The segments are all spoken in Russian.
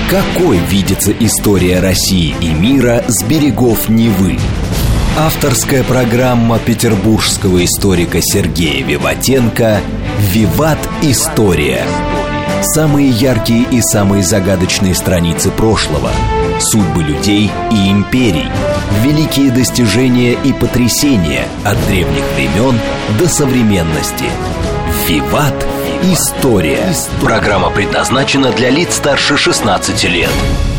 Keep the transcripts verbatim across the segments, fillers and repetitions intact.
Какой видится история России и мира с берегов Невы? Авторская программа петербургского историка Сергея Виватенко «Виват. История». Самые яркие и самые загадочные страницы прошлого, судьбы людей и империй, великие достижения и потрясения от древних времен до современности. «Виват. История». Программа предназначена для лиц старше шестнадцати лет.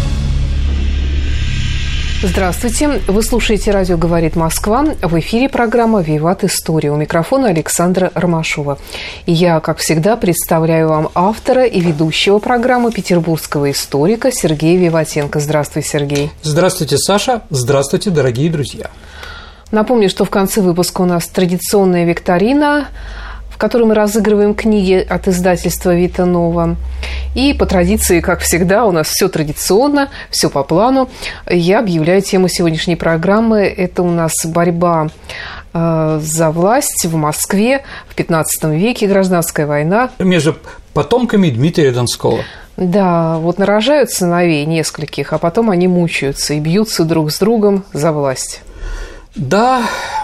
Здравствуйте. Вы слушаете «Радио говорит Москва». В эфире программа «Виват. История». У микрофона Александра Ромашова. И я, как всегда, представляю вам автора и ведущего программы петербургского историка Сергея Виватенко. Здравствуй, Сергей. Здравствуйте, Саша. Здравствуйте, дорогие друзья. Напомню, что в конце выпуска у нас традиционная викторина, в которой мы разыгрываем книги от издательства «Вита Нова». И по традиции, как всегда, у нас все традиционно, все по плану. Я объявляю тему сегодняшней программы. Это у нас борьба э, за власть в Москве в пятнадцатом веке, гражданская война. Между потомками Дмитрия Донского. Да, вот нарожают сыновей нескольких, а потом они мучаются и бьются друг с другом за власть. Да,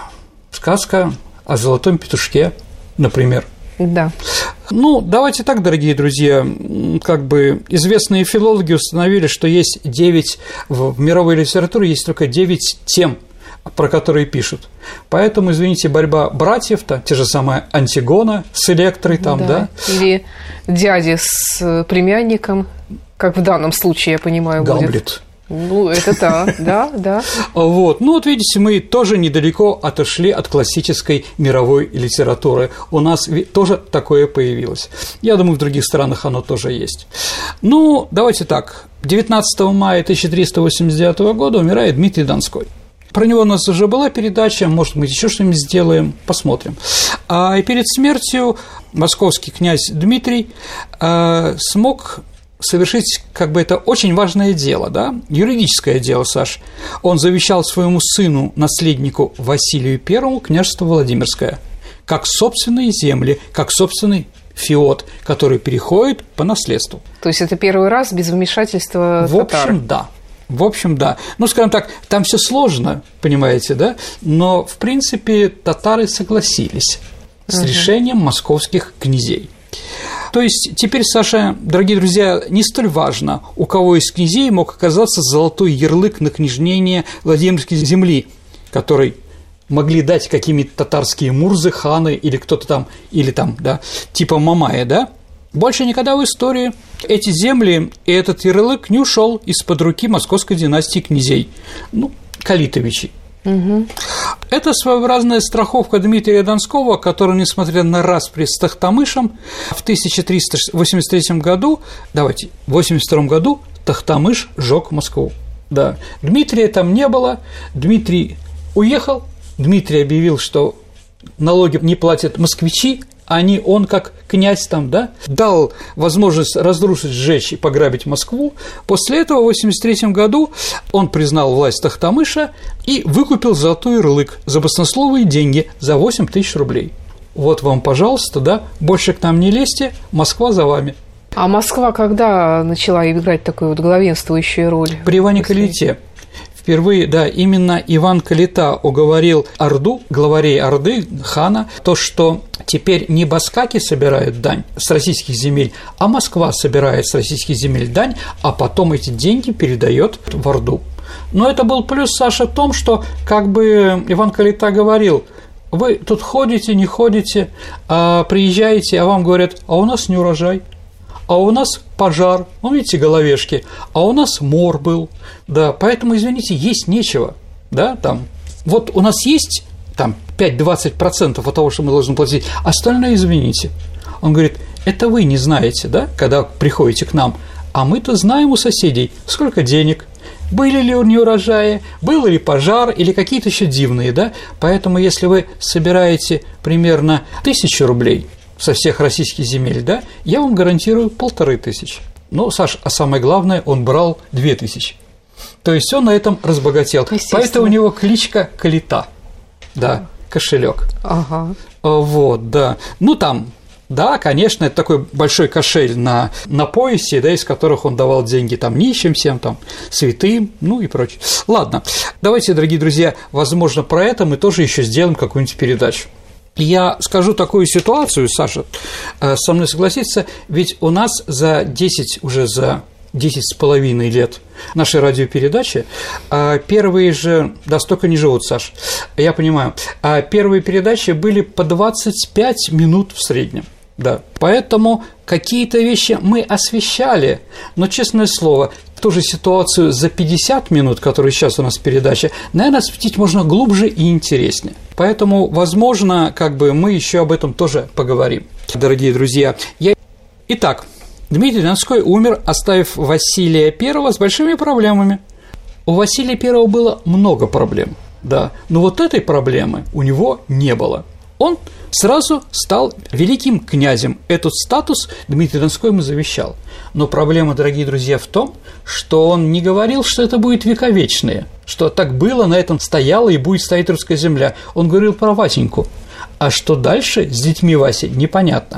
сказка о золотом петушке, например. Да. Ну, давайте так, дорогие друзья, как бы известные филологи установили, что есть девять, в мировой литературе есть только девять тем, про которые пишут. Поэтому, извините, борьба братьев-то, те же самые Антигона с Электрой там, да. да? Или дяди с племянником, как в данном случае, я понимаю, Гамлет. будет. Ну, это да, да, да. Вот. Ну, вот видите, мы тоже недалеко отошли от классической мировой литературы. У нас тоже такое появилось. Я думаю, в других странах оно тоже есть. Ну, давайте так. девятнадцатого мая тысяча триста восемьдесят девятого года умирает Дмитрий Донской. Про него у нас уже была передача, может, мы еще что-нибудь сделаем, посмотрим. А, и перед смертью московский князь Дмитрий а, смог совершить, как бы, это очень важное дело, да, юридическое дело, Саш. Он завещал своему сыну, наследнику Василию Первому, княжество Владимирское, как собственные земли, как собственный феод, который переходит по наследству. То есть это первый раз без вмешательства В татар? общем, да. В общем, да. Ну, скажем так, там все сложно, понимаете, да, но, в принципе, татары согласились с угу. решением московских князей. То есть теперь, Саша, дорогие друзья, не столь важно, у кого из князей мог оказаться золотой ярлык на княжнение Владимирской земли, который могли дать какие-нибудь татарские мурзы, ханы или кто-то там, или там, да, типа Мамая, да. Больше никогда в истории эти земли и этот ярлык не ушел из-под руки московской династии князей, ну, Калитовичей. Угу. Это своеобразная страховка Дмитрия Донского, который, несмотря на распри с Тохтамышем, в тысяча триста восемьдесят третьем году, давайте, в восемьдесят втором году Тохтамыш сжёг Москву. Да. Дмитрия там не было, Дмитрий уехал, Дмитрий объявил, что налоги не платят москвичи, а не он, как князь там, да, дал возможность разрушить, сжечь и пограбить Москву. После этого в восемьдесят третьем году он признал власть Тохтамыша и выкупил золотой ярлык за баснословные деньги, за восемь тысяч рублей. Вот вам, пожалуйста, да, больше к нам не лезьте, Москва за вами. А Москва когда начала играть такую вот главенствующую роль? При Иване Калите. Впервые, да, именно Иван Калита уговорил Орду, главарей Орды, хана, то, что теперь не баскаки собирают дань с российских земель, а Москва собирает с российских земель дань, а потом эти деньги передает в Орду. Но это был плюс, Саша, в том, что как бы Иван Калита говорил: вы тут ходите, не ходите, а приезжаете, а вам говорят: а у нас не урожай. А у нас пожар, ну, видите, головешки, а у нас мор был, да, поэтому, извините, есть нечего, да, там, вот у нас есть там пять-двадцать процентов от того, что мы должны платить, остальное, извините. Он говорит: это вы не знаете, да, когда приходите к нам, а мы-то знаем у соседей, сколько денег, были ли у неурожаи, был ли пожар или какие-то еще дивные, да, поэтому, если вы собираете примерно тысячу рублей со всех российских земель, да, я вам гарантирую полторы тысячи. Ну, Саш, а самое главное, он брал две тысячи. То есть он на этом разбогател. Поэтому у него кличка Калита, да, кошелек. Ага. Вот, да. Ну, там Да, конечно, это такой большой кошель на, на поясе, да, из которых он давал деньги там нищим всем, там, святым, ну и прочее. Ладно, давайте, дорогие друзья, возможно, про это мы тоже еще сделаем какую-нибудь передачу. Я скажу такую ситуацию, Саша, со мной согласится, ведь у нас за десять, уже за десять с половиной лет нашей радиопередачи первые же, да, столько не живут, Саш, я понимаю, первые передачи были по двадцать пять минут в среднем. Да, поэтому какие-то вещи мы освещали, но, честное слово, ту же ситуацию за пятьдесят минут, которая сейчас у нас передача, наверное, осветить можно глубже и интереснее. Поэтому, возможно, как бы мы еще об этом тоже поговорим, дорогие друзья. Я... Итак, Дмитрий Донской умер, оставив Василия Первого с большими проблемами. У Василия Первого было много проблем, да, но вот этой проблемы у него не было. Он сразу стал великим князем. Этот статус Дмитрий Донской ему завещал. Но проблема, дорогие друзья, в том, что он не говорил, что это будет вековечное, что так было, на этом стояла и будет стоять русская земля. Он говорил про Васеньку. А что дальше с детьми Васи, непонятно.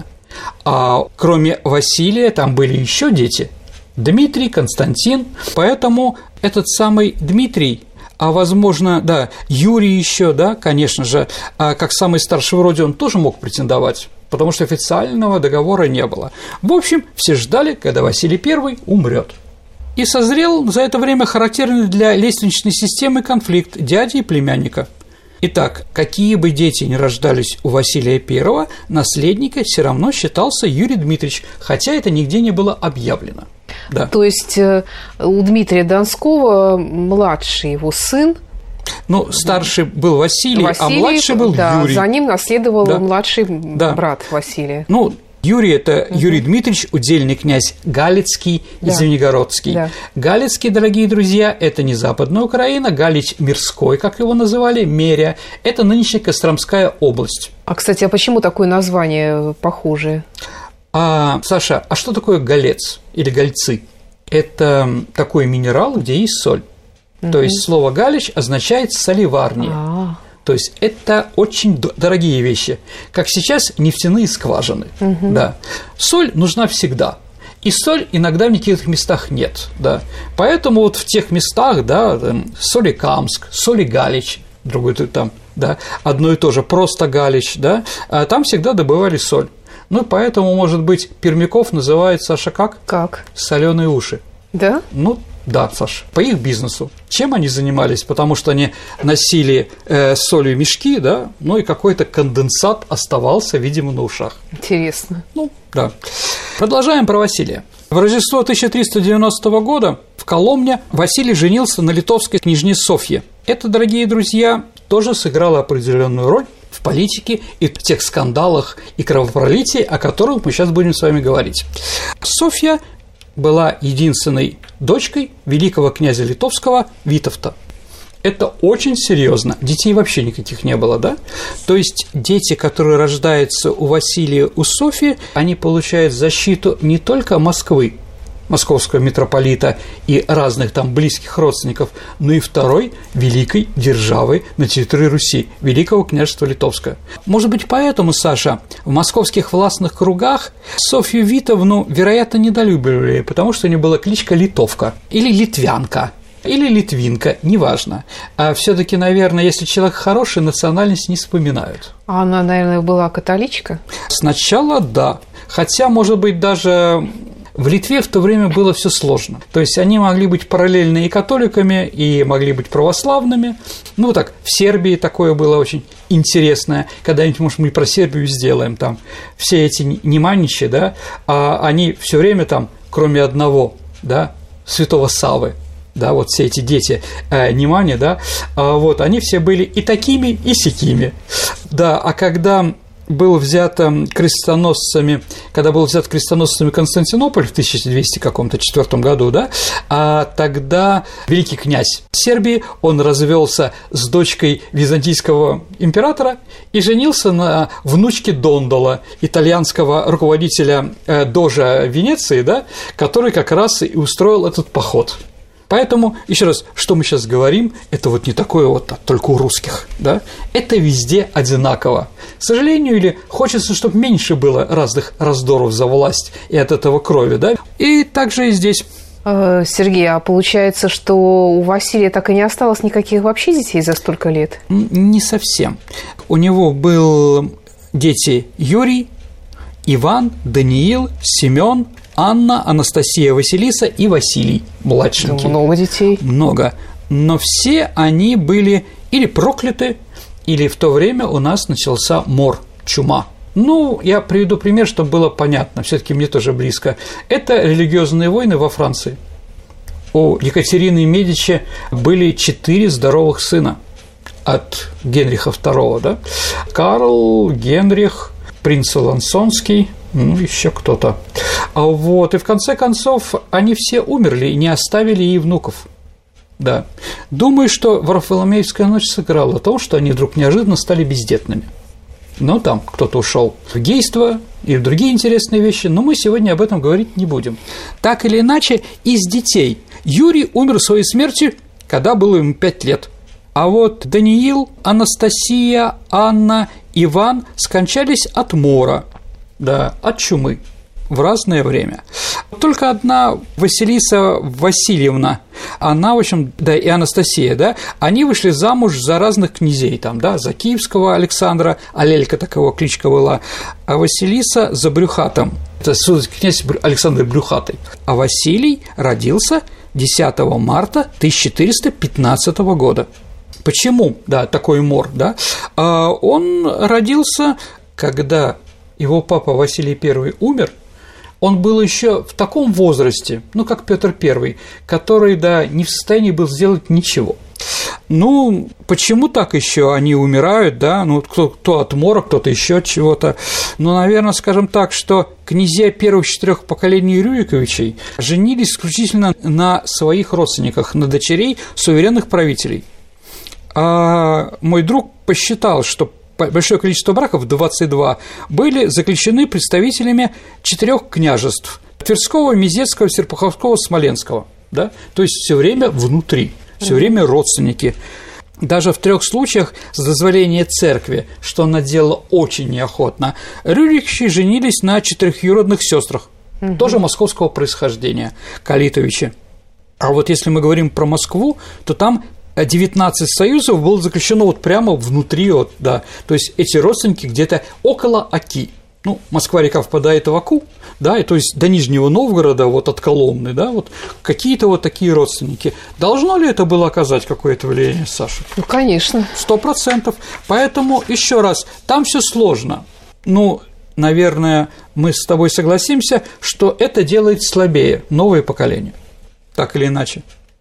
А кроме Василия там были еще дети. Дмитрий, Константин. Поэтому этот самый Дмитрий, а, возможно, да, Юрий еще, да, конечно же, а как самый старший в роде он тоже мог претендовать, потому что официального договора не было. В общем, все ждали, когда Василий Первый умрет. И созрел за это время характерный для лестничной системы конфликт дяди и племянника. Итак, какие бы дети ни рождались у Василия Первого, наследником все равно считался Юрий Дмитриевич, хотя это нигде не было объявлено. Да. То есть у Дмитрия Донского младший его сын. Ну, старший был Василий, Василий, а младший был да, Юрий. За ним наследовал да. младший да. брат Василия. Ну, Юрий – это угу. Юрий Дмитриевич, удельный князь Галицкий и да. Звенигородский. Да. Галицкий, дорогие друзья, это не Западная Украина, Галич Мирской, как его называли, Меря, это нынешняя Костромская область. А, кстати, а почему такое название похожее? А, Саша, а что такое галец или гальцы? Это такой минерал, где есть соль. Угу. То есть слово «галич» означает «соливарня». А-а-а. То есть это очень дорогие вещи, как сейчас нефтяные скважины. Угу. Да. Соль нужна всегда. И соль иногда в некоторых местах нет. Да. Поэтому вот в тех местах, да, Соликамск, Солигалич, другой там, да, одно и то же, просто Галич, да, там всегда добывали соль. Ну, поэтому, может быть, пермяков называют, Саша, как? Как? Соленые уши. Да? Ну, да, Саша, по их бизнесу. Чем они занимались? Потому что они носили э, солью мешки, да, ну и какой-то конденсат оставался, видимо, на ушах. Интересно. Ну, да. Продолжаем про Василия. В Рождество тысяча триста девяностого года в Коломне Василий женился на литовской княжне Софье. Это, дорогие друзья, тоже сыграло определенную роль в политике и в тех скандалах и кровопролитии, о которых мы сейчас будем с вами говорить. Софья была единственной дочкой великого князя литовского Витовта. Это очень серьезно. Детей вообще никаких не было, да? То есть дети, которые рождаются у Василия, у Софьи, они получают защиту не только Москвы, московского митрополита и разных там близких родственников, но и второй великой державы на территории Руси, Великого княжества Литовского. Может быть, поэтому, Саша, в московских властных кругах Софью Витовну, вероятно, недолюбливали, потому что у нее была кличка Литовка или Литвянка, или Литвинка, неважно. А все-таки, наверное, если человек хороший, национальность не вспоминают. А она, наверное, была католичка? Сначала да, хотя, может быть, даже в Литве в то время было все сложно. То есть они могли быть параллельно и католиками, и могли быть православными. Ну, так, в Сербии такое было очень интересное. Когда-нибудь, может, мы про Сербию сделаем. Там все эти неманичи, да, а они все время там, кроме одного, да, святого Саввы, да, вот все эти дети э, Немани, да, а вот, они все были и такими, и сякими. Да, а когда был взят крестоносцами, когда был взят крестоносцами Константинополь в тысяча двести четвёртом году, да, а тогда великий князь Сербии, он развелся с дочкой византийского императора и женился на внучке Дондола, итальянского руководителя э, дожа Венеции, да, который как раз и устроил этот поход. Поэтому, еще раз, что мы сейчас говорим, это вот не такое вот а, только у русских, да, это везде одинаково. К сожалению, или хочется, чтобы меньше было разных раздоров за власть и от этого крови, да, и также и здесь. Сергей, а получается, что у Василия так и не осталось никаких вообще детей за столько лет? Не совсем. У него был дети Юрий, Иван, Даниил, Семен, Анна, Анастасия, Василиса и Василий, младшенький. Много детей. Много. Но все они были или прокляты, или в то время у нас начался мор, чума. Ну, я приведу пример, чтобы было понятно, все-таки мне тоже близко. Это религиозные войны во Франции. У Екатерины Медичи были четыре здоровых сына от Генриха второго, да? Карл, Генрих, принц Алансонский, ну, еще кто-то. Вот, и в конце концов они все умерли и не оставили ей внуков. Да. Думаю, что Варфоломеевская ночь сыграла то, что они вдруг неожиданно стали бездетными. Ну, там кто-то ушел в гейство и в другие интересные вещи, но мы сегодня об этом говорить не будем. Так или иначе, из детей Юрий умер своей смертью, когда было ему пять лет. А вот Даниил, Анастасия, Анна, Иван скончались от мора, да, от чумы в разное время. Только одна Василиса Васильевна, она, в общем, да, и Анастасия, да, они вышли замуж за разных князей, там, да, за киевского Александра, Алелька такого кличка была, а Василиса за Брюхатом, это князь Александр Брюхатый, а Василий родился десятого марта тысяча четыреста пятнадцатого года. Почему, да, такой мор, да? Он родился, когда его папа Василий Первый умер. Он был еще в таком возрасте, ну, как Петр Первый, который, да, не в состоянии был сделать ничего. Ну, почему так еще они умирают, да, ну, кто, кто от мора, кто-то еще от чего-то. Ну, наверное, скажем так, что князья первых четырех поколений Рюриковичей женились исключительно на своих родственниках, на дочерей суверенных правителей. А мой друг посчитал, что большое количество браков, двадцать два, были заключены представителями четырех княжеств – Тверского, Мизецкого, Серпуховского, Смоленского, да? То есть все время внутри, все время родственники. Даже в трех случаях с дозволения церкви, что она делала очень неохотно, Рюриковичи женились на четырехюродных сестрах, угу. тоже московского происхождения, Калитовичи. А вот если мы говорим про Москву, то там девятнадцать союзов было заключено вот прямо внутри, вот, да, то есть эти родственники где-то около Оки. Ну, Москва-река впадает в Оку, да, и то есть до Нижнего Новгорода, вот от Коломны, да, вот какие-то вот такие родственники. Должно ли это было оказать какое-то влияние, Саша? Ну, конечно. Сто процентов. Поэтому, еще раз, там все сложно. Ну, наверное, мы с тобой согласимся, что это делает слабее новое поколение, так или иначе.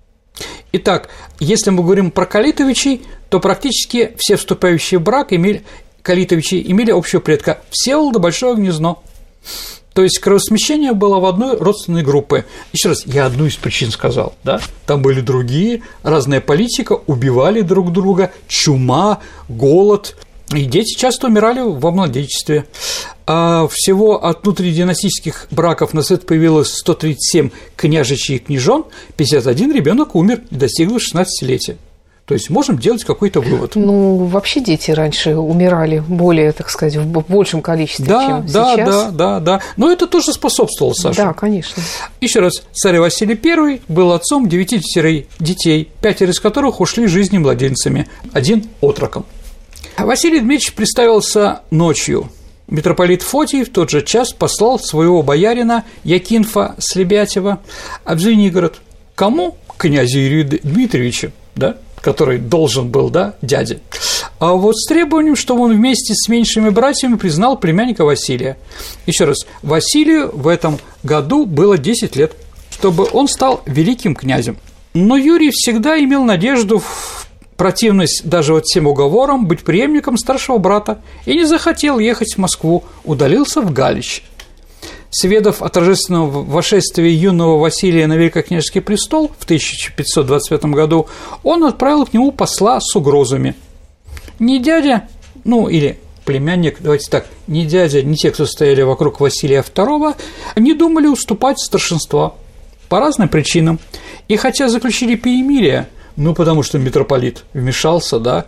Итак, если мы говорим про Калитовичей, то практически все вступающие в брак имели, Калитовичи имели общего предка Всеволода Большое Гнездо. То есть кровосмещение было в одной родственной группе. Еще раз, я одну из причин сказал, да? Там были другие, разная политика, убивали друг друга, чума, голод. И дети часто умирали во младенчестве. А всего от внутридинастических браков на свет появилось сто тридцать семь княжичей и княжон, пятьдесят один ребенок умер и достиг шестнадцатилетия. То есть можем делать какой-то вывод. Ну, вообще дети раньше умирали более, так сказать, в большем количестве, да, чем да, сейчас. Да, да, да. Но это тоже способствовало, Саша. Да, конечно. Еще раз, царь Василий Первый был отцом девяти детей, пятеро из которых ушли жизни младенцами, один отроком. Василий Дмитриевич представился ночью. Митрополит Фотий в тот же час послал своего боярина Якинфа Слебятева в Звенигород. Кому? Князю Юрию Дмитриевичу, да, который должен был, да, дяде. А вот с требованием, чтобы он вместе с меньшими братьями признал племянника Василия. Еще раз, Василию в этом году было десять лет, чтобы он стал великим князем. Но Юрий всегда имел надежду в противность даже вот всем уговорам быть преемником старшего брата и не захотел ехать в Москву, удалился в Галич. Сведав о торжественном вошествии юного Василия на Великокняжеский престол в тысяча пятьсот двадцать пятом году, он отправил к нему посла с угрозами. Ни дядя, ну или племянник, давайте так, ни дядя, ни те, кто стояли вокруг Василия Второго, не думали уступать старшинства по разным причинам. И хотя заключили перемирие, ну, потому что митрополит вмешался, да,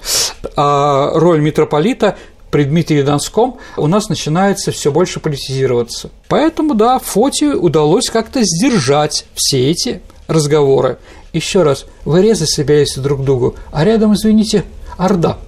а роль митрополита при Дмитрии Донском у нас начинается все больше политизироваться. Поэтому, да, Фотию удалось как-то сдержать все эти разговоры. Еще раз, вы резы собираетесь друг к другу, а рядом, извините, Орда.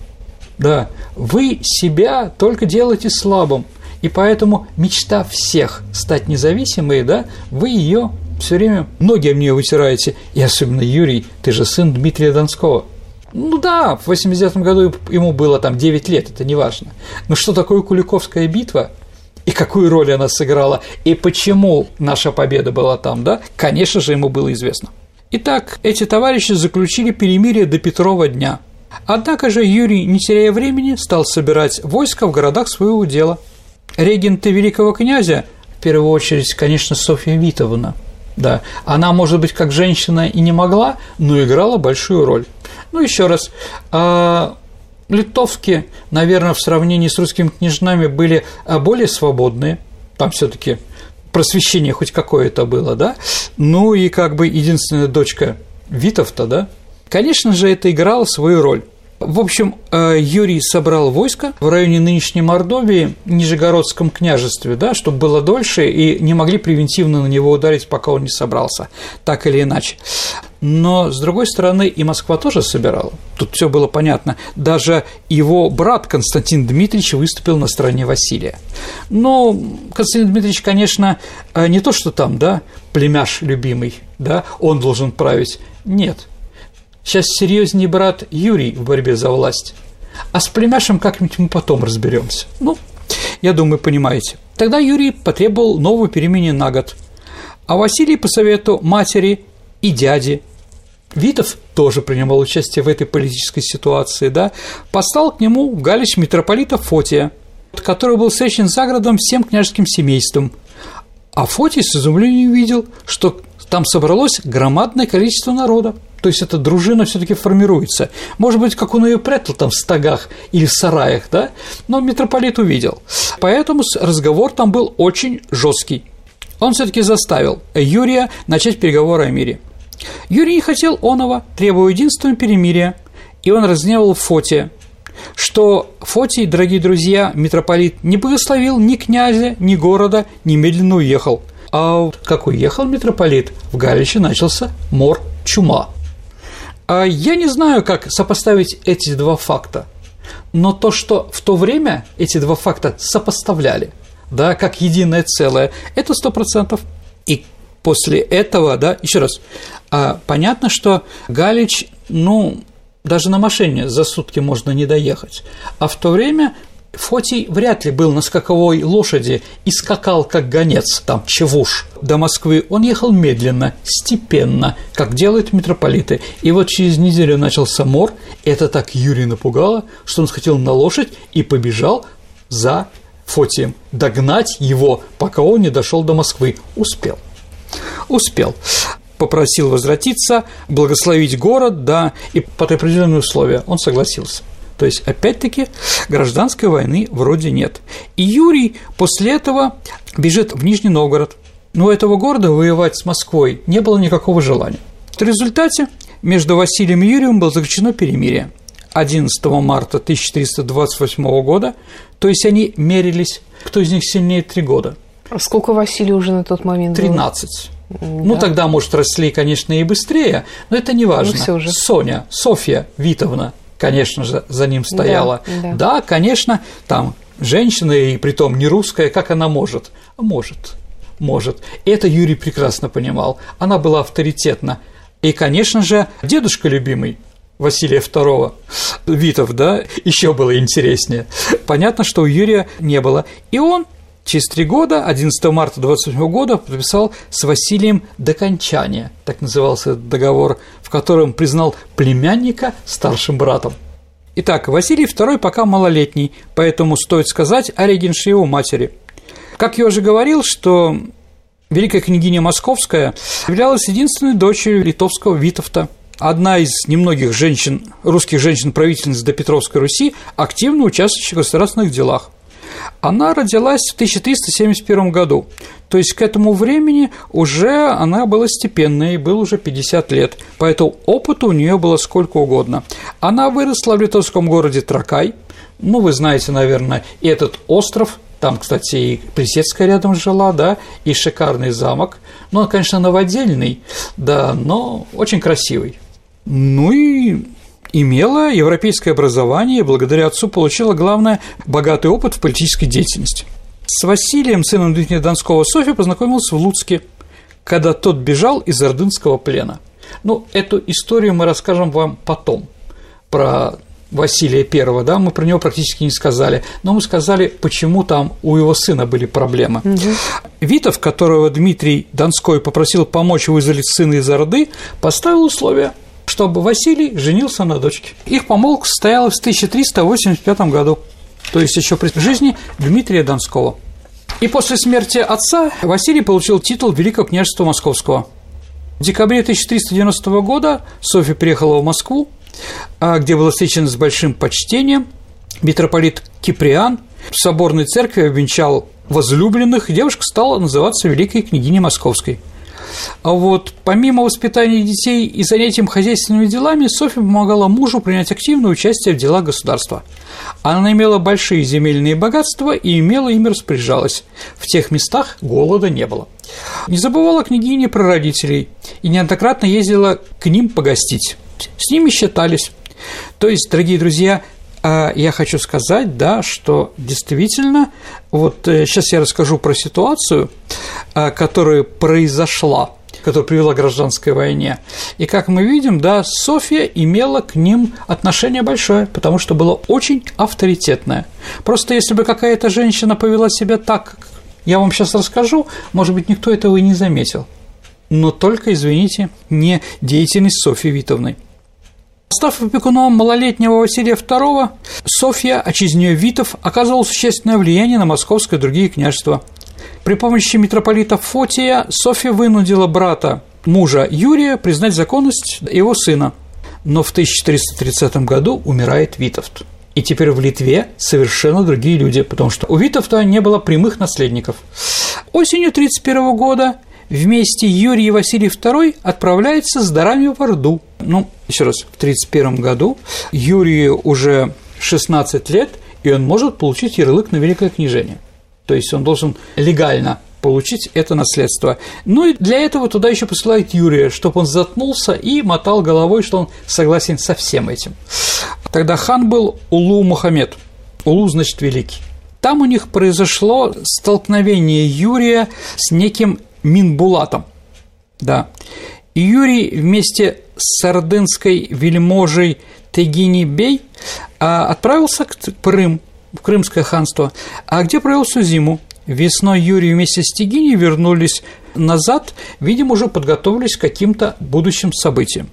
Да, вы себя только делаете слабым, и поэтому мечта всех стать независимой, да, вы ее все время, ноги об нее вытираете, и особенно Юрий, ты же сын Дмитрия Донского. Ну да, в восьмидесятом году ему было там девять лет, это не важно. Но что такое Куликовская битва, и какую роль она сыграла, и почему наша победа была там, да, конечно же, ему было известно. Итак, эти товарищи заключили перемирие до Петрова дня. Однако же Юрий, не теряя времени, стал собирать войско в городах своего дела. Регенты великого князя, в первую очередь, конечно, Софья Витовна, да, она, может быть, как женщина и не могла, но играла большую роль. Ну, еще раз, а литовские, наверное, в сравнении с русскими княжнами были более свободные, там все-таки просвещение хоть какое-то было, да, ну и как бы единственная дочка Витовта, да, конечно же, это играло свою роль. В общем, Юрий собрал войско в районе нынешней Мордовии, Нижегородском княжестве, да, чтобы было дольше и не могли превентивно на него ударить, пока он не собрался, так или иначе. Но, с другой стороны, и Москва тоже собирала. Тут все было понятно. Даже его брат Константин Дмитриевич выступил на стороне Василия. Но Константин Дмитриевич, конечно, не то, что там, да, племяш любимый, да, он должен править. Нет. Сейчас серьезнее брат Юрий в борьбе за власть, а с племяшем как-нибудь мы потом разберемся. Ну, я думаю, понимаете. Тогда Юрий потребовал нового перемирия на год, а Василий по совету матери и дяди, Витов тоже принимал участие в этой политической ситуации, да, послал к нему в Галич митрополита Фотия, который был встречен за городом всем княжеским семейством. А Фотий с изумлением увидел, что там собралось громадное количество народа. То есть эта дружина все-таки формируется. Может быть, как он ее прятал там в стогах или в сараях, да? Но митрополит увидел. Поэтому разговор там был очень жесткий. Он все-таки заставил Юрия начать переговоры о мире. Юрий не хотел оного, требуя единственного перемирия, и он разгневал Фотия, что Фотий, дорогие друзья, митрополит не благословил ни князя, ни города, немедленно уехал. А как уехал митрополит, в Галиче начался мор, чума. А я не знаю, как сопоставить эти два факта, но то, что в то время эти два факта сопоставляли, да, как единое целое, это сто процентов. И после этого, да, еще раз, понятно, что Галич, ну, даже на машине за сутки можно не доехать, а в то время Фотий вряд ли был на скаковой лошади и скакал как гонец, там, Чевуш, до Москвы. Он ехал медленно, степенно, как делают митрополиты. И вот через неделю начался мор, и это так Юрия напугало, что он схватил на лошадь и побежал за Фотием, догнать его, пока он не дошел до Москвы. Успел. Успел. Попросил возвратиться, благословить город, да, и под определенные условия он согласился. То есть, опять-таки, гражданской войны вроде нет. И Юрий после этого бежит в Нижний Новгород. Но у этого города воевать с Москвой не было никакого желания. В результате между Василием и Юрием было заключено перемирие одиннадцатого марта тысяча триста двадцать восьмого года. То есть, они мерились, кто из них сильнее, три года. А сколько Василию уже на тот момент было? тринадцать. Да. Ну, тогда, может, росли, конечно, и быстрее, но это не важно. Ну, Соня, Софья Витовна, конечно же, за ним стояла. Да, да. да, конечно, там женщина, и притом не русская, как она может? Может, может. И это Юрий прекрасно понимал. Она была авторитетна. И, конечно же, дедушка любимый Василия второго, Витов, да, еще было интереснее. Понятно, что у Юрия не было. И он через три года, одиннадцатого марта двадцать восьмого года, подписал с Василием докончание, так назывался этот договор, в котором признал племянника старшим братом. Итак, Василий второй пока малолетний, поэтому стоит сказать о регенше его матери. Как я уже говорил, что великая княгиня Московская являлась единственной дочерью литовского Витовта, одна из немногих женщин, русских женщин-правительниц до Петровской Руси, активно участвующих в государственных делах. Она родилась в тысяча триста семьдесят первом году, то есть к этому времени уже она была степенной, было уже пятьдесят лет, поэтому опыта у нее было сколько угодно. Она выросла в литовском городе Тракай, ну, вы знаете, наверное, и этот остров, там, кстати, и Плесецкая рядом жила, да, и шикарный замок, ну, он, конечно, новодельный, да, но очень красивый. Ну и имела европейское образование и благодаря отцу получила, главное, богатый опыт в политической деятельности. С Василием, сыном Дмитрия Донского, Софья познакомилась в Луцке, когда тот бежал из ордынского плена. Ну, эту историю мы расскажем вам потом, про Василия Первого, да, мы про него практически не сказали, но мы сказали, почему там у его сына были проблемы. Угу. Витов, которого Дмитрий Донской попросил помочь вызволить сына из Орды, поставил условие, чтобы Василий женился на дочке. Их помолвка состоялась в тысяча триста восемьдесят пятом году, то есть еще при жизни Дмитрия Донского. И после смерти отца Василий получил титул Великого княжества Московского. В декабре тысяча триста девяностого года Софья приехала в Москву, где была встречена с большим почтением. Митрополит Киприан в соборной церкви обвенчал возлюбленных, и девушка стала называться Великой княгиней Московской. А вот помимо воспитания детей и занятием хозяйственными делами, Софья помогала мужу принять активное участие в делах государства. Она имела большие земельные богатства и имела ими распоряжалась. В тех местах голода не было. Не забывала княгиня про родителей и неоднократно ездила к ним погостить. С ними считались. То есть, дорогие друзья, я хочу сказать, да, что действительно, вот сейчас я расскажу про ситуацию, которая произошла, которая привела к гражданской войне. И как мы видим, да, Софья имела к ним отношение большое, потому что было очень авторитетное. Просто если бы какая-то женщина повела себя так, как я вам сейчас расскажу, может быть, никто этого и не заметил. Но только, извините, не деятельность Софьи Витовны. Став опекуном малолетнего Василия Второго, Софья, а через нее Витов, оказывала существенное влияние на Московское и другие княжества. При помощи митрополита Фотия Софья вынудила брата мужа Юрия признать законность его сына. Но в тысяча триста тридцатом году умирает Витовт. И теперь в Литве совершенно другие люди, потому что у Витовта не было прямых наследников. Осенью тридцать первого года вместе Юрий и Василий Второй отправляются с дарами в Орду. Ну, еще раз, в тридцать первом году Юрию уже шестнадцать лет, и он может получить ярлык на великое княжение. То есть он должен легально получить это наследство. Ну и для этого туда еще посылают Юрия, чтобы он заткнулся и мотал головой, что он согласен со всем этим. Тогда хан был Улу Мухаммед. Улу значит великий. Там у них произошло столкновение Юрия с неким Минбулатом. Да. И Юрий вместе с ордынской вельможей Тегини-бей отправился в Крым, в Крымское ханство, а где провел всю зиму. Весной Юрий вместе с Тегиней вернулись назад, видимо, уже подготовились к каким-то будущим событиям.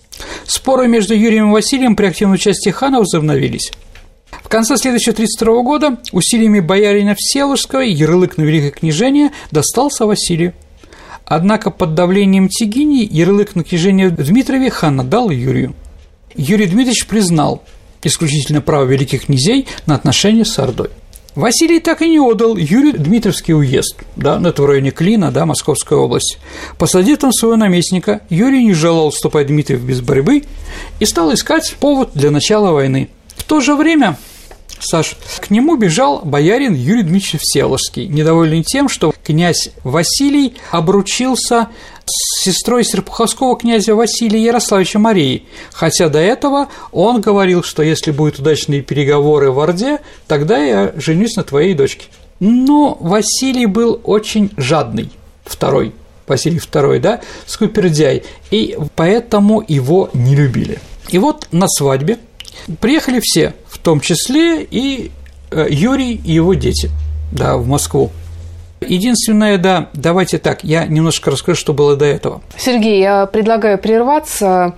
Споры между Юрием и Василием при активном участии хана возобновились. В конце следующего тридцать второго года усилиями боярина Всеволожского ярлык на великое княжение достался Василию. Однако под давлением Тегини ярлык на княжение в Дмитрове хан отдал Юрию. Юрий Дмитриевич признал исключительно право великих князей на отношения с Ордой. Василий так и не отдал Юрию Дмитровский уезд, да, это в районе Клина, да, Московская область. Посадив там своего наместника, Юрий не желал уступать Дмитрию без борьбы и стал искать повод для начала войны. В то же время, Саш, к нему бежал боярин Юрий Дмитриевич Всеволожский, недовольный тем, что князь Василий обручился с сестрой серпуховского князя Василия Ярославича Марии, хотя до этого он говорил, что если будут удачные переговоры в Орде, тогда я женюсь на твоей дочке. Но Василий был очень жадный, второй, Василий Второй, да, скупердяй, и поэтому его не любили. И вот на свадьбе приехали все, в том числе и Юрий и его дети, да, в Москву. Единственное, да, давайте так, я немножко расскажу, что было до этого. Сергей, я предлагаю прерваться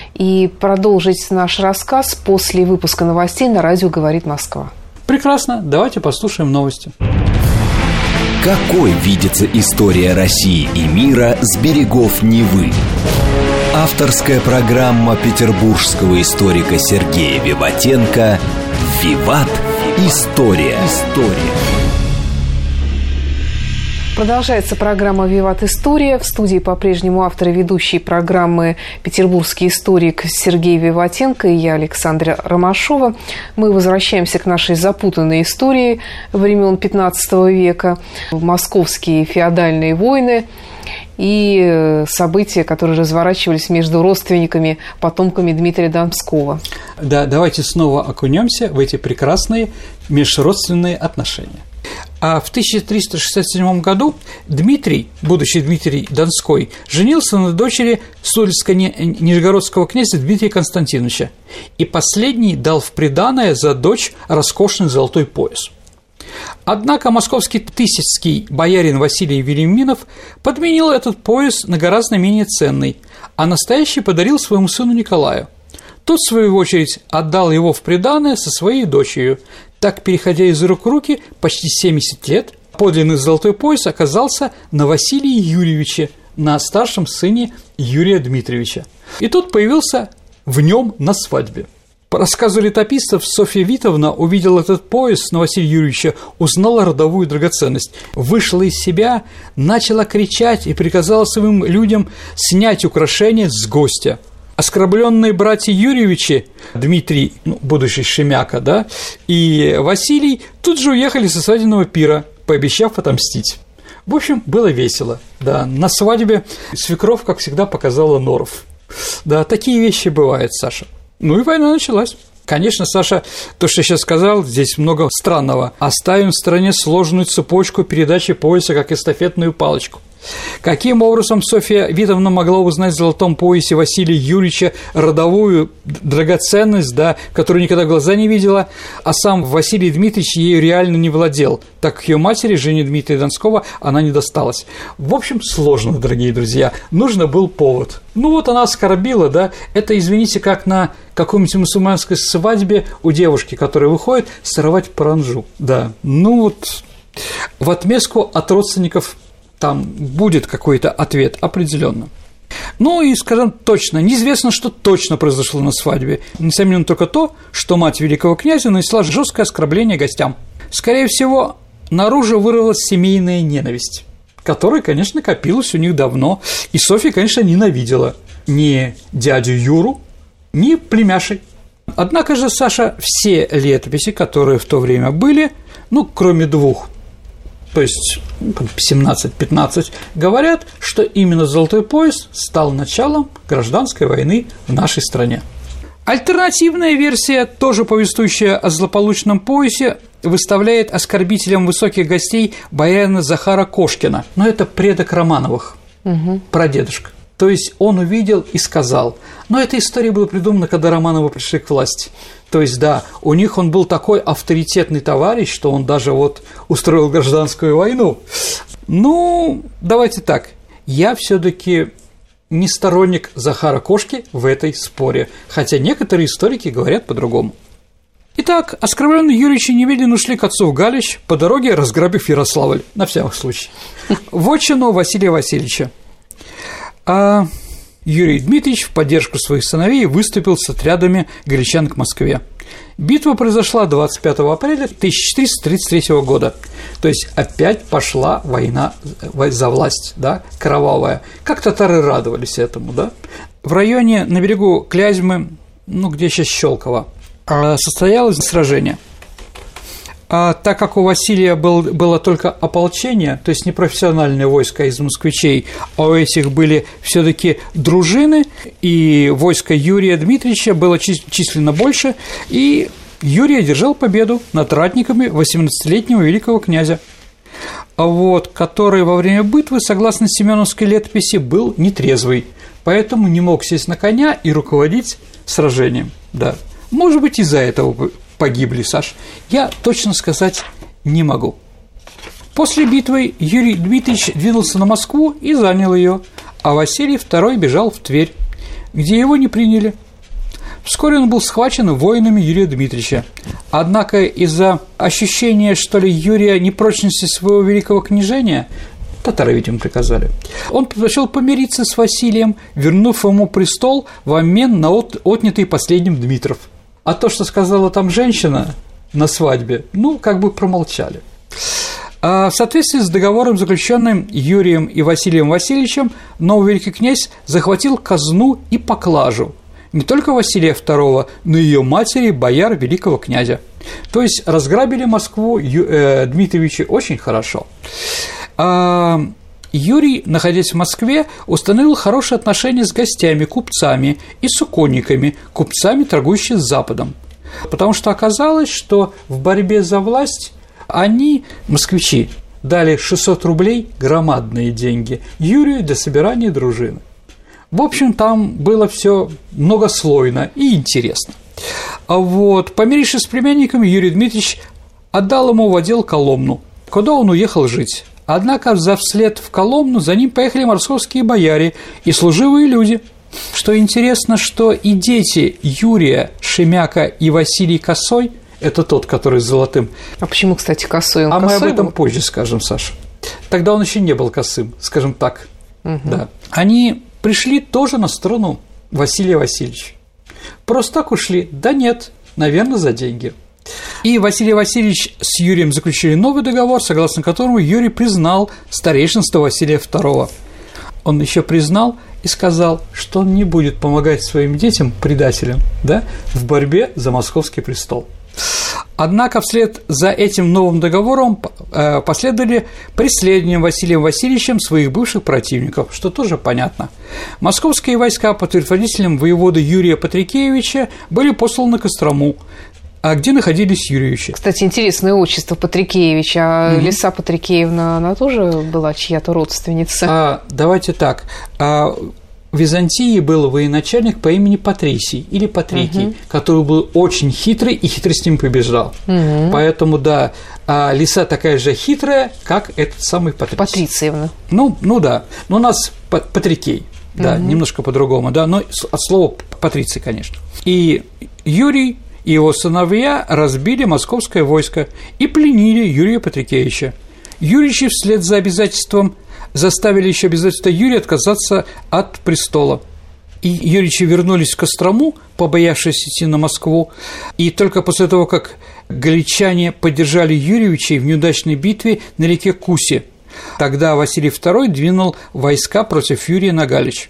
и продолжить наш рассказ после выпуска новостей на радио «Говорит Москва». Прекрасно, давайте послушаем новости. Какой видится история России и мира с берегов Невы? Авторская программа петербургского историка Сергея Виватенко «Виват. История. История. Продолжается программа «Виват. История». В студии по-прежнему автор и ведущий программы петербургский историк Сергей Виватенко и я, Александра Ромашова. Мы возвращаемся к нашей запутанной истории времен пятнадцатого века, московские феодальные войны и события, которые разворачивались между родственниками, потомками Дмитрия Донского. Да, давайте снова окунемся в эти прекрасные межродственные отношения. А в тысяча триста шестьдесят седьмом году Дмитрий, будущий Дмитрий Донской, женился на дочери Суздальско-Нижегородского князя Дмитрия Константиновича, и последний дал в приданое за дочь роскошный золотой пояс. Однако московский тысяцкий боярин Василий Велиминов подменил этот пояс на гораздо менее ценный, а настоящий подарил своему сыну Николаю. Тот, в свою очередь, отдал его в приданое со своей дочерью. Так, переходя из рук в руки почти семьдесят лет, подлинный золотой пояс оказался на Василии Юрьевиче, на старшем сыне Юрия Дмитриевича. И тут появился в нем на свадьбе. По рассказу летописцев, Софья Витовна увидела этот пояс на Василия Юрьевича, узнала родовую драгоценность, вышла из себя, начала кричать и приказала своим людям снять украшение с гостя. Оскорбленные братья Юрьевичи, Дмитрий, ну, будущий Шемяка, да, и Василий тут же уехали со свадебного пира, пообещав отомстить. В общем, было весело, да, на свадьбе свекровь, как всегда, показала норов. Да, такие вещи бывают, Саша. Ну и война началась. Конечно, Саша, то, что я сейчас сказал, здесь много странного. Оставим в стороне сложную цепочку передачи пояса как эстафетную палочку. Каким образом Софья Витовна могла узнать в золотом поясе Василия Юрьевича родовую драгоценность, да, которую никогда в глаза не видела, а сам Василий Дмитриевич ею реально не владел, так как ее матери, жене Дмитрия Донского, она не досталась. В общем, сложно, дорогие друзья, нужно был повод. Ну вот она оскорбила, да, это, извините, как на какой-нибудь мусульманской свадьбе у девушки, которая выходит, сорвать паранджу, да, ну вот в отместку от родственников там будет какой-то ответ определенно. Ну и, скажем точно, неизвестно, что точно произошло на свадьбе. Несомненно только то, что мать великого князя нанесла жесткое оскорбление гостям. Скорее всего, наружу вырвалась семейная ненависть, которая, конечно, копилась у них давно, и Софья, конечно, ненавидела ни дядю Юру, ни племяшей. Однако же, Саша, все летописи, которые в то время были, ну, кроме двух, то есть семнадцать-пятнадцать, говорят, что именно золотой пояс стал началом гражданской войны в нашей стране. Альтернативная версия, тоже повествующая о злополучном поясе, выставляет оскорбителем высоких гостей боярина Захара Кошкина, но это предок Романовых, угу. Прадедушка. То есть он увидел и сказал. Но эта история была придумана, когда Романовы пришли к власти. То есть, да, у них он был такой авторитетный товарищ, что он даже вот устроил гражданскую войну. Ну, давайте так, я все-таки не сторонник Захара Кошки в этой споре, хотя некоторые историки говорят по-другому. Итак, оскорбленные Юрьевичи немедленно ушли к отцу в Галич, по дороге разграбив Ярославль, на всякий случай, вотчину Василия Васильевича. А Юрий Дмитриевич в поддержку своих сыновей выступил с отрядами галичан к Москве. Битва произошла двадцать пятого апреля тысяча четыреста тридцать третьего года, то есть опять пошла война за власть, да, кровавая. Как татары радовались этому, да? В районе на берегу Клязьмы, ну, где сейчас Щелково, состоялось сражение. А так как у Василия был, было только ополчение, то есть не профессиональное войско из москвичей, а у этих были все-таки дружины, и войско Юрия Дмитриевича было численно больше, и Юрий одержал победу над ратниками восемнадцатилетнего великого князя, вот, который во время битвы, согласно Семеновской летописи, был нетрезвый, поэтому не мог сесть на коня и руководить сражением. Да. Может быть, из-за этого погибли, Саш, я точно сказать не могу. После битвы Юрий Дмитриевич двинулся на Москву и занял ее, а Василий второй бежал в Тверь, где его не приняли. Вскоре он был схвачен воинами Юрия Дмитриевича. Однако из-за ощущения, что ли, Юрия непрочности своего великого княжения, татары, видимо, приказали, он предпочел помириться с Василием, вернув ему престол в обмен на от... отнятый последним Дмитров. А то, что сказала там женщина, на свадьбе, ну, как бы промолчали. В соответствии с договором, заключенным Юрием и Василием Васильевичем, новый великий князь захватил казну и поклажу не только Василия второго, но и ее матери, бояр великого князя. То есть разграбили Москву Дмитриевичи очень хорошо. Юрий, находясь в Москве, установил хорошие отношения с гостями, купцами и суконниками, купцами, торгующими с Западом. Потому что оказалось, что в борьбе за власть они, москвичи, дали шестьсот рублей, громадные деньги, Юрию для собирания дружины. В общем, там было все многослойно и интересно. А вот, помирившись с племянниками, Юрий Дмитриевич отдал ему в отдел Коломну, куда он уехал жить. Однако вслед в Коломну за ним поехали московские бояре и служивые люди. Что интересно, что и дети Юрия Шемяка и Василий Косой – это тот, который с золотым. А почему, кстати, Косой? Он а косой мы об этом был? позже скажем, Саша. Тогда он еще не был косым, скажем так. Угу. Да. Они пришли тоже на сторону Василия Васильевича. Просто так ушли? Да нет, наверное, за деньги. И Василий Васильевич с Юрием заключили новый договор, согласно которому Юрий признал старейшинство Василия второго. Он еще признал и сказал, что он не будет помогать своим детям, предателям, да, в борьбе за московский престол. Однако вслед за этим новым договором последовали преследования Василием Васильевичем своих бывших противников, что тоже понятно. Московские войска под предводителем воевода Юрия Патрикеевича были посланы к Кострому, а где находились Юрьевичи. Кстати, интересное отчество Патрикеевича. А угу. Лиса Патрикеевна, она тоже была чья-то родственница? А, давайте так. А, в Византии был военачальник по имени Патрисий или Патрикий, угу. который был очень хитрый и хитростью побеждал. Угу. Поэтому, да, а Лиса такая же хитрая, как этот самый Патрисий. Патрициевна. Ну, ну да. Но у нас Патрикей, да, угу. немножко по-другому, да, но от слова Патриций, конечно. И Юрий и его сыновья разбили московское войско и пленили Юрия Патрикеевича. Юрьевичи вслед за обязательством заставили еще обязательство Юрия отказаться от престола. И Юрьевичи вернулись в Кострому, побоявшись идти на Москву, и только после того, как галичане поддержали Юрьевичей в неудачной битве на реке Кусе, тогда Василий второй двинул войска против Юрия на Галич.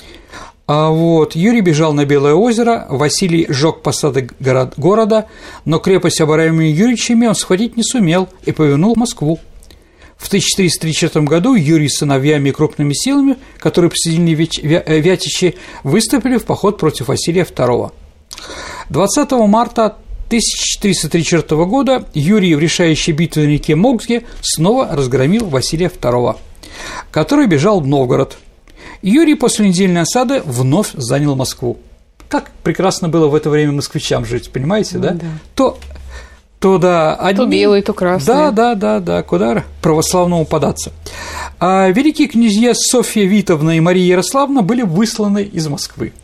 А вот Юрий бежал на Белое озеро, Василий сжег посады города, но крепость, обороняемую Юрьевичами, он схватить не сумел и повернул в Москву. В тысяча четыреста тридцать четвёртом году Юрий с сыновьями и крупными силами, которые присоединили Вятичи, выступили в поход против Василия второго. двадцатого марта тысяча четыреста тридцать четвёртого года Юрий в решающей битве на реке Моксге снова разгромил Василия второго, который бежал в Новгород. Юрий после недельной осады вновь занял Москву. Как прекрасно было в это время москвичам жить, понимаете, да? да. То, то, да, одни... то белый, то красный. Да, да, да, да, куда православному податься. А великие князья Софья Витовна и Мария Ярославна были высланы из Москвы.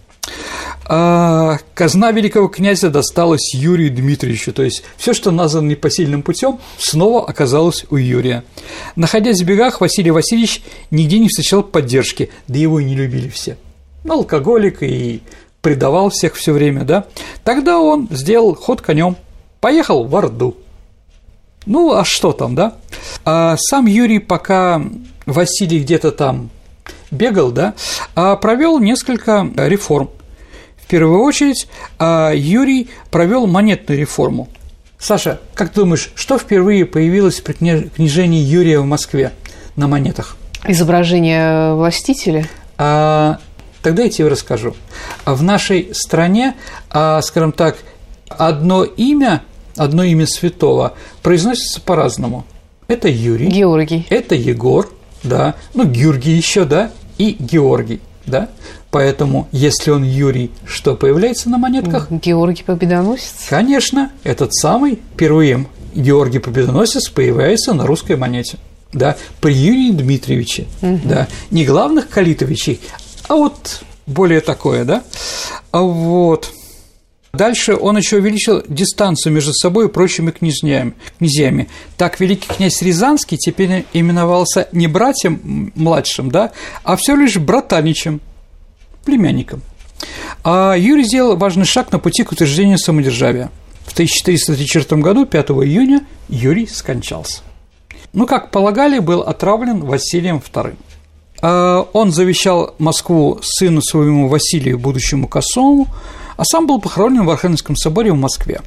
А казна великого князя досталась Юрию Дмитриевичу, то есть все, что названо непосильным путем, снова оказалось у Юрия. Находясь в бегах, Василий Васильевич нигде не встречал поддержки, да его и не любили все. Алкоголик и предавал всех все время, да. Тогда он сделал ход конем, поехал в Орду. Ну, а что там, да? А сам Юрий, пока Василий где-то там бегал, да, провел несколько реформ. В первую очередь Юрий провел монетную реформу. Саша, как ты думаешь, что впервые появилось при княжении Юрия в Москве на монетах? Изображение властителя? А, тогда я тебе расскажу. В нашей стране, скажем так, одно имя, одно имя святого произносится по-разному. Это Юрий. Георгий. Это Егор, да. Ну, Георгий еще, да, и Георгий, да. Поэтому, если он Юрий, что появляется на монетках? Георгий Победоносец. Конечно, этот самый впервые Георгий Победоносец появляется на русской монете, да, при Юрии Дмитриевиче, угу. да, не главных калитовичей, а вот более такое, да, а вот. Дальше он еще увеличил дистанцию между собой и прочими князьями. князьями. Так великий князь Рязанский теперь именовался не братьем младшим, да, а все лишь братаничем, племянником. А Юрий сделал важный шаг на пути к утверждению самодержавия. В тысяча четыреста тридцать четвёртом году, пятого июня, Юрий скончался. Ну, как полагали, был отравлен Василием вторым. Он завещал Москву сыну своему Василию, будущему Косому, а сам был похоронен в Архангельском соборе в Москве.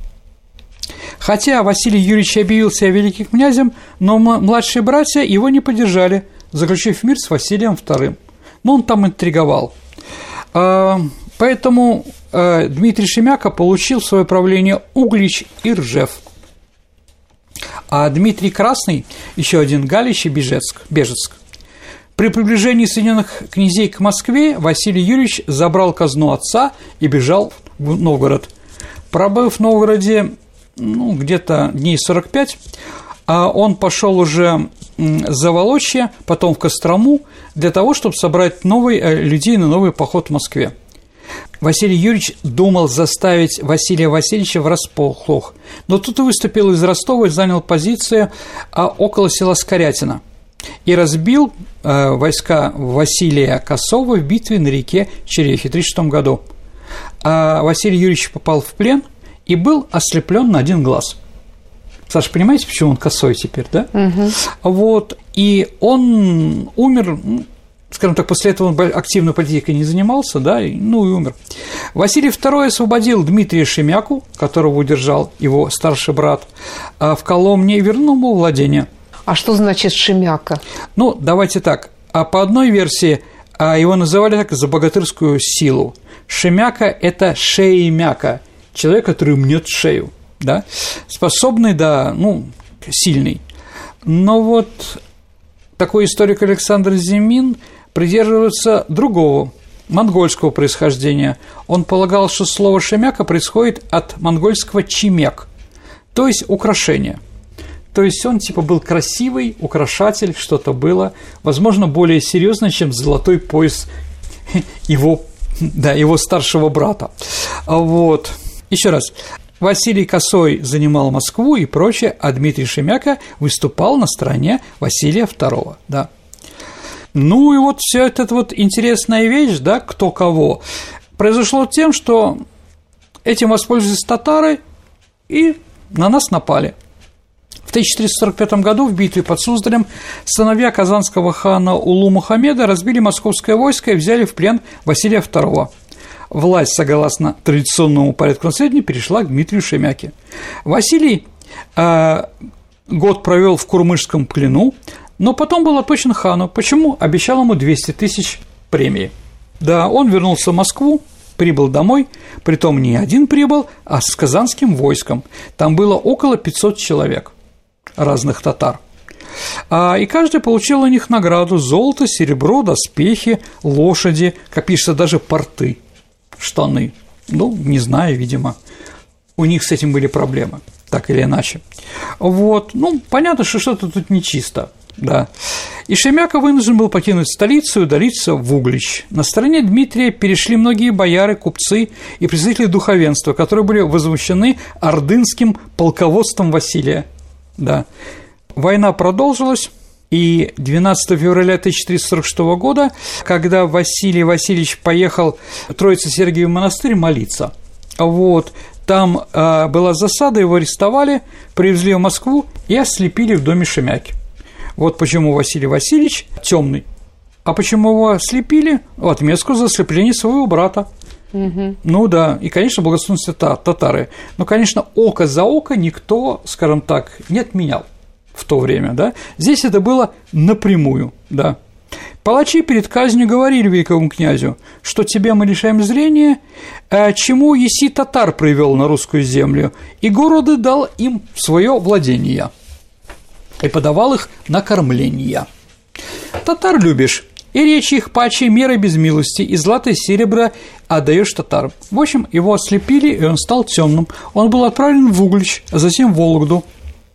Хотя Василий Юрьевич объявил себя великим князем, но младшие братья его не поддержали, заключив мир с Василием вторым. Но он там интриговал. Поэтому Дмитрий Шемяка получил в свое правление Углич и Ржев. А Дмитрий Красный – еще один Галич и Бежецк. Бежецк. При приближении Соединенных князей к Москве Василий Юрьевич забрал казну отца и бежал в Новгород. Пробыв в Новгороде ну, где-то дней сорок пять, он пошел уже в Заволочье, потом в Кострому, для того, чтобы собрать новые, людей на новый поход в Москве. Василий Юрьевич думал заставить Василия Васильевича врасплох, но тут и выступил из Ростова и занял позицию около села Скорятино и разбил войска Василия Косого в битве на реке Черехи в тысяча шестом году. А Василий Юрьевич попал в плен и был ослеплен на один глаз. Саша, понимаете, почему он косой теперь, да? Угу. Вот, и он умер, скажем так, после этого он активной политикой не занимался, да, ну и умер. Василий второй освободил Дмитрия Шемяку, которого удержал его старший брат, в Коломне и вернул ему владение. А что значит Шемяка? Ну, давайте так, а по одной версии его называли так за богатырскую силу. Шемяка – это шеемяка, человек, который мнет шею, да, способный, да, ну, сильный. Но вот такой историк Александр Зимин придерживается другого, монгольского происхождения. Он полагал, что слово «шемяка» происходит от монгольского «чимек», то есть украшение. То есть он типа был красивый, украшатель, что-то было, возможно, более серьезно, чем золотой пояс его, да, его старшего брата. Вот. Еще раз. Василий Косой занимал Москву и прочее, а Дмитрий Шемяка выступал на стороне Василия второго, да. Ну и вот вся эта вот интересная вещь, да, кто кого, произошло тем, что этим воспользовались татары и на нас напали. В тысяча четыреста сорок пятом году в битве под Суздалем сыновья казанского хана Улу Мухаммеда разбили московское войско и взяли в плен Василия второго. Власть, согласно традиционному порядку наследия, перешла к Дмитрию Шемяке. Василий э, год провел в Курмышском плену, но потом был отпущен хану. Почему? Обещал ему двести тысяч премии. Да, он вернулся в Москву, прибыл домой, притом не один прибыл, а с казанским войском. Там было около пятьсот человек, разных татар. А, и каждый получил у них награду: золото, серебро, доспехи, лошади, как пишется, даже порты, штаны. Ну, не знаю, видимо, у них с этим были проблемы, так или иначе. Вот, ну, понятно, что что-то тут нечисто, да. И Шемяка вынужден был покинуть столицу и удалиться в Углич. На стороне Дмитрия перешли многие бояры, купцы и представители духовенства, которые были возмущены ордынским полководством Василия, да. Война продолжилась, и двенадцатого февраля тысяча четыреста сорок шестого года, когда Василий Васильевич поехал в Троице-Сергиев монастырь молиться, вот, там э, была засада, его арестовали, привезли в Москву и ослепили в доме Шемяки. Вот почему Василий Васильевич темный. А почему его ослепили? В отместку за ослепление своего брата. Угу. Ну да, и, конечно, благословенные татары. Но, конечно, око за око никто, скажем так, не отменял в то время, да. Здесь это было напрямую, да. Палачи перед казнью говорили великому князю, что тебя мы лишаем зрения, а чему еси татар привел на русскую землю, и города дал им в свое владение, и подавал их на кормление. Татар любишь, и речи их паче меры без милости, и злато и серебро отдаешь татарам. В общем, его ослепили, и он стал темным. Он был отправлен в Углич, а затем в Вологду.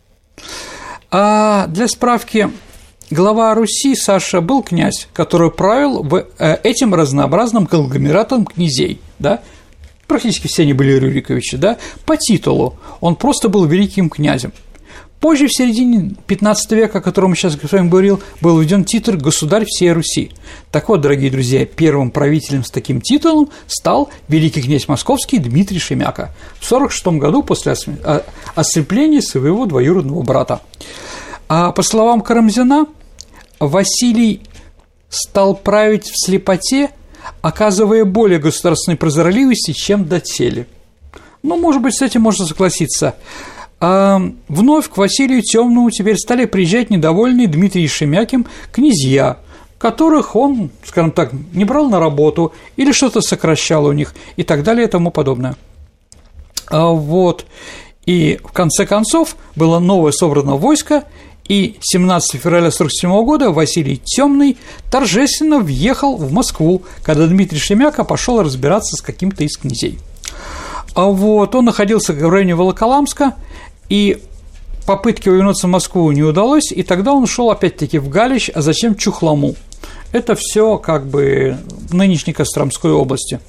А для справки, глава Руси, Саша, был князь, который правил в этим разнообразным конгломератом князей, да, практически все они были Рюриковичи, да, по титулу, он просто был великим князем. Позже, в середине пятнадцатого века, о котором я сейчас с вами говорил, был введен титул «Государь всей Руси». Так вот, дорогие друзья, первым правителем с таким титулом стал великий князь московский Дмитрий Шемяка в сорок шестом году после ослепления своего двоюродного брата. А по словам Карамзина, Василий стал править в слепоте, оказывая более государственной прозорливости, чем доселе. Ну, может быть, с этим можно согласиться. А вновь к Василию Темному теперь стали приезжать недовольные Дмитрием Шемякин князья, которых он, скажем так, не брал на работу или что-то сокращал у них и так далее и тому подобное. А вот. И в конце концов было новое собрано войско, и семнадцатого февраля сорок седьмого года Василий Темный торжественно въехал в Москву, когда Дмитрий Шемяка пошел разбираться с каким-то из князей. А вот он находился в районе Волоколамска, и попытки вернуться в Москву не удалось, и тогда он ушел опять-таки в Галич, а зачем Чухлому? Это все как бы в нынешней Костромской области.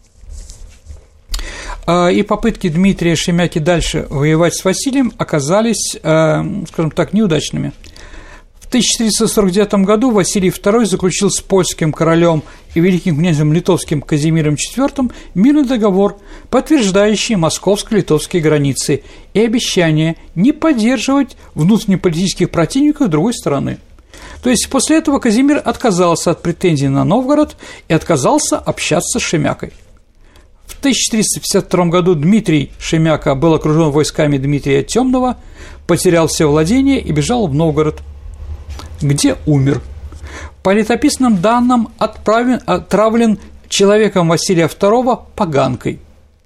И попытки Дмитрия Шемяки дальше воевать с Василием оказались, скажем так, неудачными. В тысяча четыреста сорок девятом году Василий второй заключил с польским королем и великим князем литовским Казимиром четвёртым мирный договор, подтверждающий московско-литовские границы и обещание не поддерживать внутреннеполитических противников другой стороны. То есть после этого Казимир отказался от претензий на Новгород и отказался общаться с Шемякой. В тысяча четыреста пятьдесят втором году Дмитрий Шемяка был окружен войсками Дмитрия Темного, потерял все владения и бежал в Новгород, где умер. По летописным данным отправлен, отравлен человеком Василия второго поганкой.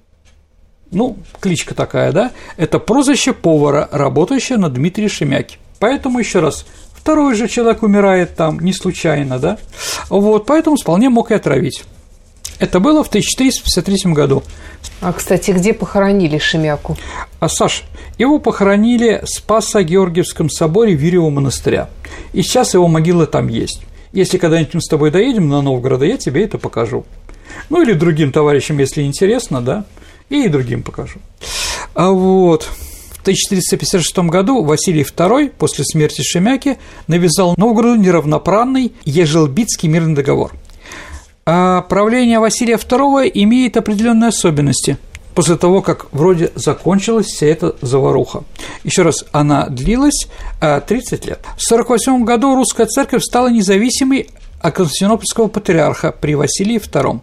Ну, кличка такая, да? Это прозвище повара, работающего на Дмитрия Шемяки. Поэтому, еще раз, второй же человек умирает там не случайно, да? Вот, поэтому вполне мог и отравить. Это было в тысяча четыреста пятьдесят третьем году. А, кстати, где похоронили Шемяку? А, Саш, его похоронили в Спасо-Георгиевском соборе Вирьевого монастыря. И сейчас его могила там есть. Если когда-нибудь мы с тобой доедем на Новгород, я тебе это покажу. Ну, или другим товарищам, если интересно, да, и другим покажу. А вот в тысяча четыреста пятьдесят шестом году Василий второй после смерти Шемяки навязал Новгороду неравноправный Ежелбицкий мирный договор. А правление Василия второго имеет определенные особенности после того, как вроде закончилась вся эта заваруха. Еще раз, она длилась тридцать лет. В сорок восьмом году русская церковь стала независимой от Константинопольского патриарха при Василии втором.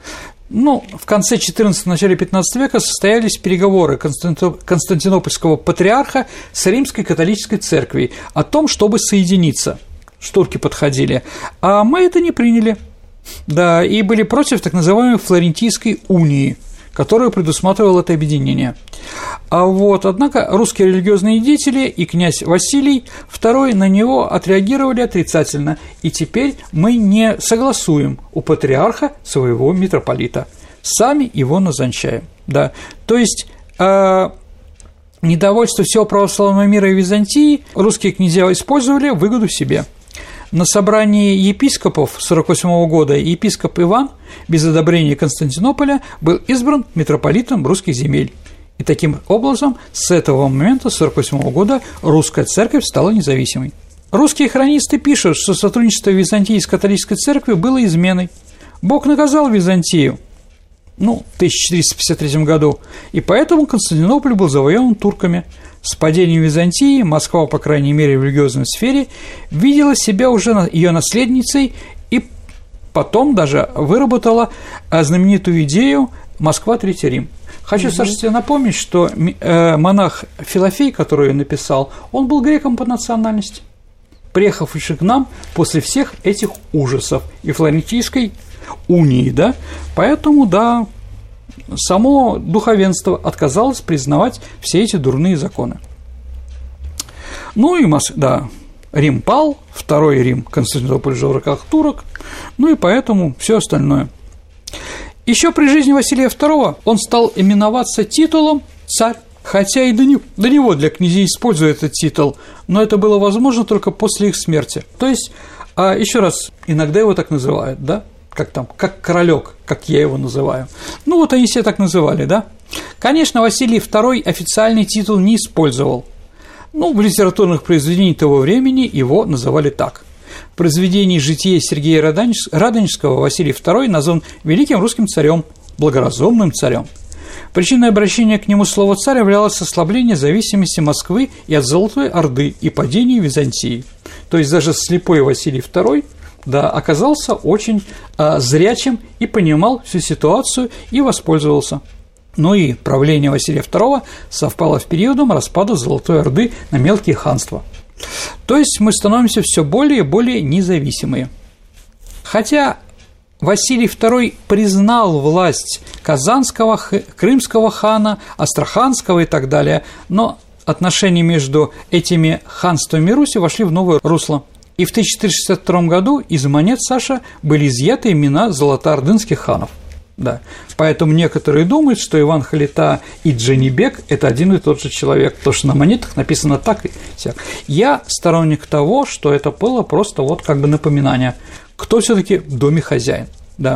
Ну, в конце четырнадцатого – начале пятнадцатого века состоялись переговоры Константинопольского патриарха с Римской католической церковью о том, чтобы соединиться. Штурки подходили, а мы это не приняли. Да, и были против так называемой Флорентийской унии, которая предусматривала это объединение. А вот, однако, русские религиозные деятели и князь Василий второй на него отреагировали отрицательно, и теперь мы не согласуем у патриарха своего митрополита, сами его назначаем. Да, то есть э, недовольство всего православного мира и Византии русские князья использовали в выгоду себе. На собрании епископов сорок восьмого года епископ Иван без одобрения Константинополя был избран митрополитом русских земель. И таким образом с этого момента, с сорок восьмого года, русская церковь стала независимой. Русские хронисты пишут, что сотрудничество Византии с католической церковью было изменой. Бог наказал Византию, ну, в тысяча четыреста пятьдесят третьем году, и поэтому Константинополь был завоеван турками. С падением Византии Москва, по крайней мере в религиозной сфере, видела себя уже ее наследницей и потом даже выработала знаменитую идею «Москва, Третий Рим». Хочу, угу. Саша, тебе напомнить, что монах Филофей, который я написал, он был греком по национальности, приехавший к нам после всех этих ужасов и Флорентийской унии, да, поэтому, да, само духовенство отказалось признавать все эти дурные законы. Ну и, да, Рим пал, второй Рим, Константинополь жил в руках турок, ну и поэтому все остальное. Еще при жизни Василия второго он стал именоваться титулом «царь», хотя и до него, до него для князей используют этот титул, но это было возможно только после их смерти. То есть, а еще раз, иногда его так называют, да? Как там, как королек, как я его называю. Ну, вот они себя так называли, да? Конечно, Василий второй официальный титул не использовал. Ну, в литературных произведениях того времени его называли так. В произведении «Житие» Сергея Радонежского Василий второй назван великим русским царем, благоразумным царем. Причиной обращения к нему слова «царь» являлось ослабление зависимости Москвы и от Золотой Орды и падение Византии. То есть даже слепой Василий второй, да, оказался очень а, зрячим и понимал всю ситуацию и воспользовался. Ну и правление Василия второго совпало с периодом распада Золотой Орды на мелкие ханства. То есть мы становимся все более и более независимые. Хотя Василий второй признал власть Казанского, Крымского хана, Астраханского и так далее, но отношения между этими ханствами Руси вошли в новое русло. И в тысяча четыреста шестьдесят втором году из монет, Саша, были изъяты имена золотоордынских ханов. Да. Поэтому некоторые думают, что Иван Халита и Джанибек – это один и тот же человек, потому что на монетах написано так и сяк. Я сторонник того, что это было просто вот как бы напоминание, кто все-таки в доме хозяин. Да.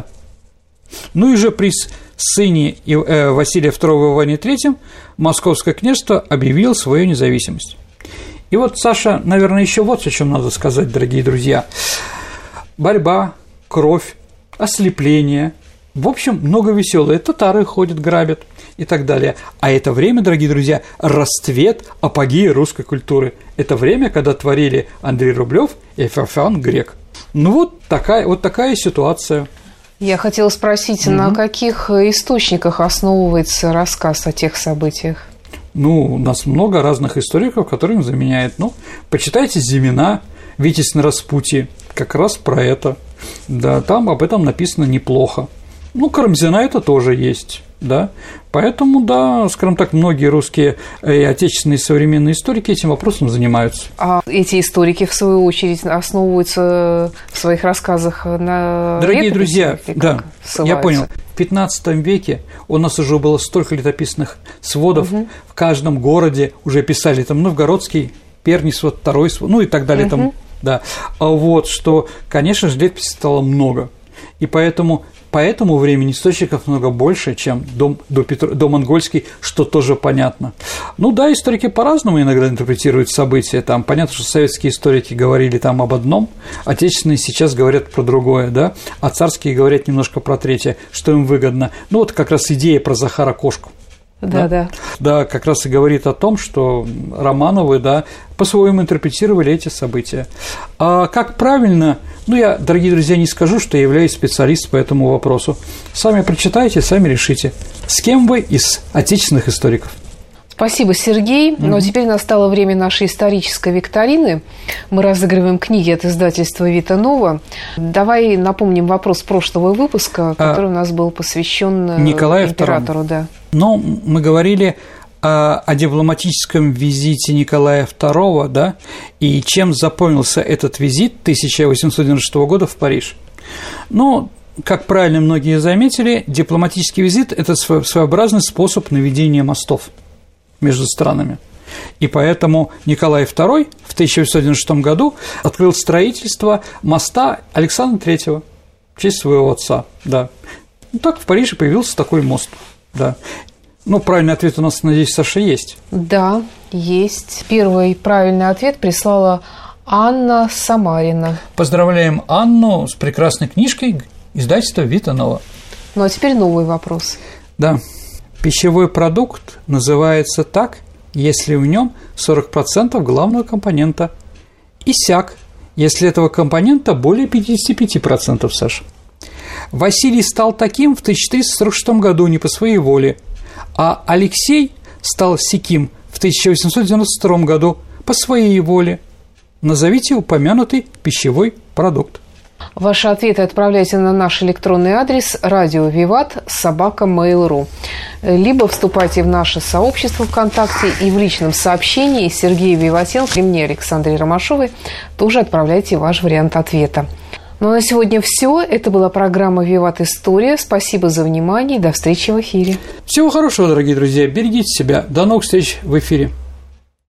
Ну и же при сыне Василия второго Иване третьем Московское княжество объявило свою независимость. И вот, Саша, наверное, еще вот о чем надо сказать, дорогие друзья. Борьба, кровь, ослепление. В общем, много веселое. Татары ходят, грабят и так далее. А это время, дорогие друзья, расцвет, апогея русской культуры. Это время, когда творили Андрей Рублев и Феофан Грек. Ну вот такая, вот такая ситуация. Я хотела спросить, угу. на каких источниках основывается рассказ о тех событиях? Ну, у нас много разных историков, которые им заменяют. Ну, почитайте Зимина, «Витязь на распутье», как раз про это. Да, там об этом написано неплохо. Ну, Карамзина это тоже есть, да. Поэтому, да, скажем так, многие русские и отечественные современные историки этим вопросом занимаются. А эти историки, в свою очередь, основываются в своих рассказах на Дорогие друзья, да, ссылаются? Я понял. В пятнадцатом веке у нас уже было столько летописных сводов, угу. в каждом городе уже писали там новгородский, первый свод, второй свод, ну и так далее, угу. там, да. А вот, что, конечно же, летописей стало много, и поэтому... По этому времени источников много больше, чем до, до, Петр... до монгольский, что тоже понятно. Ну да, историки по-разному иногда интерпретируют события. Там понятно, что советские историки говорили там об одном, отечественные сейчас говорят про другое, да, а царские говорят немножко про третье, что им выгодно. Ну вот как раз идея про Захара Кошку. Да, да, да. Да, как раз и говорит о том, что Романовы, да, по-своему интерпретировали эти события. А как правильно, ну, я, дорогие друзья, не скажу, что я являюсь специалистом по этому вопросу. Сами прочитайте, сами решите, с кем вы из отечественных историков. Спасибо, Сергей. Mm-hmm. Ну, а теперь настало время нашей исторической викторины. Мы разыгрываем книги от издательства «Вита Нова». Давай напомним вопрос прошлого выпуска, который а, у нас был посвящен Николаю императору. Да. Ну, мы говорили о, о дипломатическом визите Николая второго, да, и чем запомнился этот визит тысяча восемьсот девяносто шестого года в Париж. Ну, как правильно многие заметили, дипломатический визит – это своеобразный способ наведения мостов между странами. И поэтому Николай второй в тысяча восемьсот девяносто шестом году открыл строительство моста Александра третьего в честь своего отца. Да. Ну, так в Париже появился такой мост. Да. Ну, правильный ответ у нас, надеюсь, Саша, есть. Да, есть. Первый правильный ответ прислала Анна Самарина. Поздравляем Анну с прекрасной книжкой издательства «Вита Нова». Ну, а теперь новый вопрос. Да. Пищевой продукт называется так, если в нем сорок процентов главного компонента, и сяк, если этого компонента более пятьдесят пять процентов, Саша. Василий стал таким в тысяча триста сорок шестом году не по своей воле, а Алексей стал сяким в тысяча восемьсот девяносто втором году по своей воле. Назовите упомянутый пищевой продукт. Ваши ответы отправляйте на наш электронный адрес радио виват собака мейл точка ру, либо вступайте в наше сообщество ВКонтакте и в личном сообщении Сергею Виватенко и мне, Александре Ромашовой, тоже отправляйте ваш вариант ответа. Ну а на сегодня все. Это была программа «Виват История». Спасибо за внимание и до встречи в эфире. Всего хорошего, дорогие друзья. Берегите себя. До новых встреч в эфире.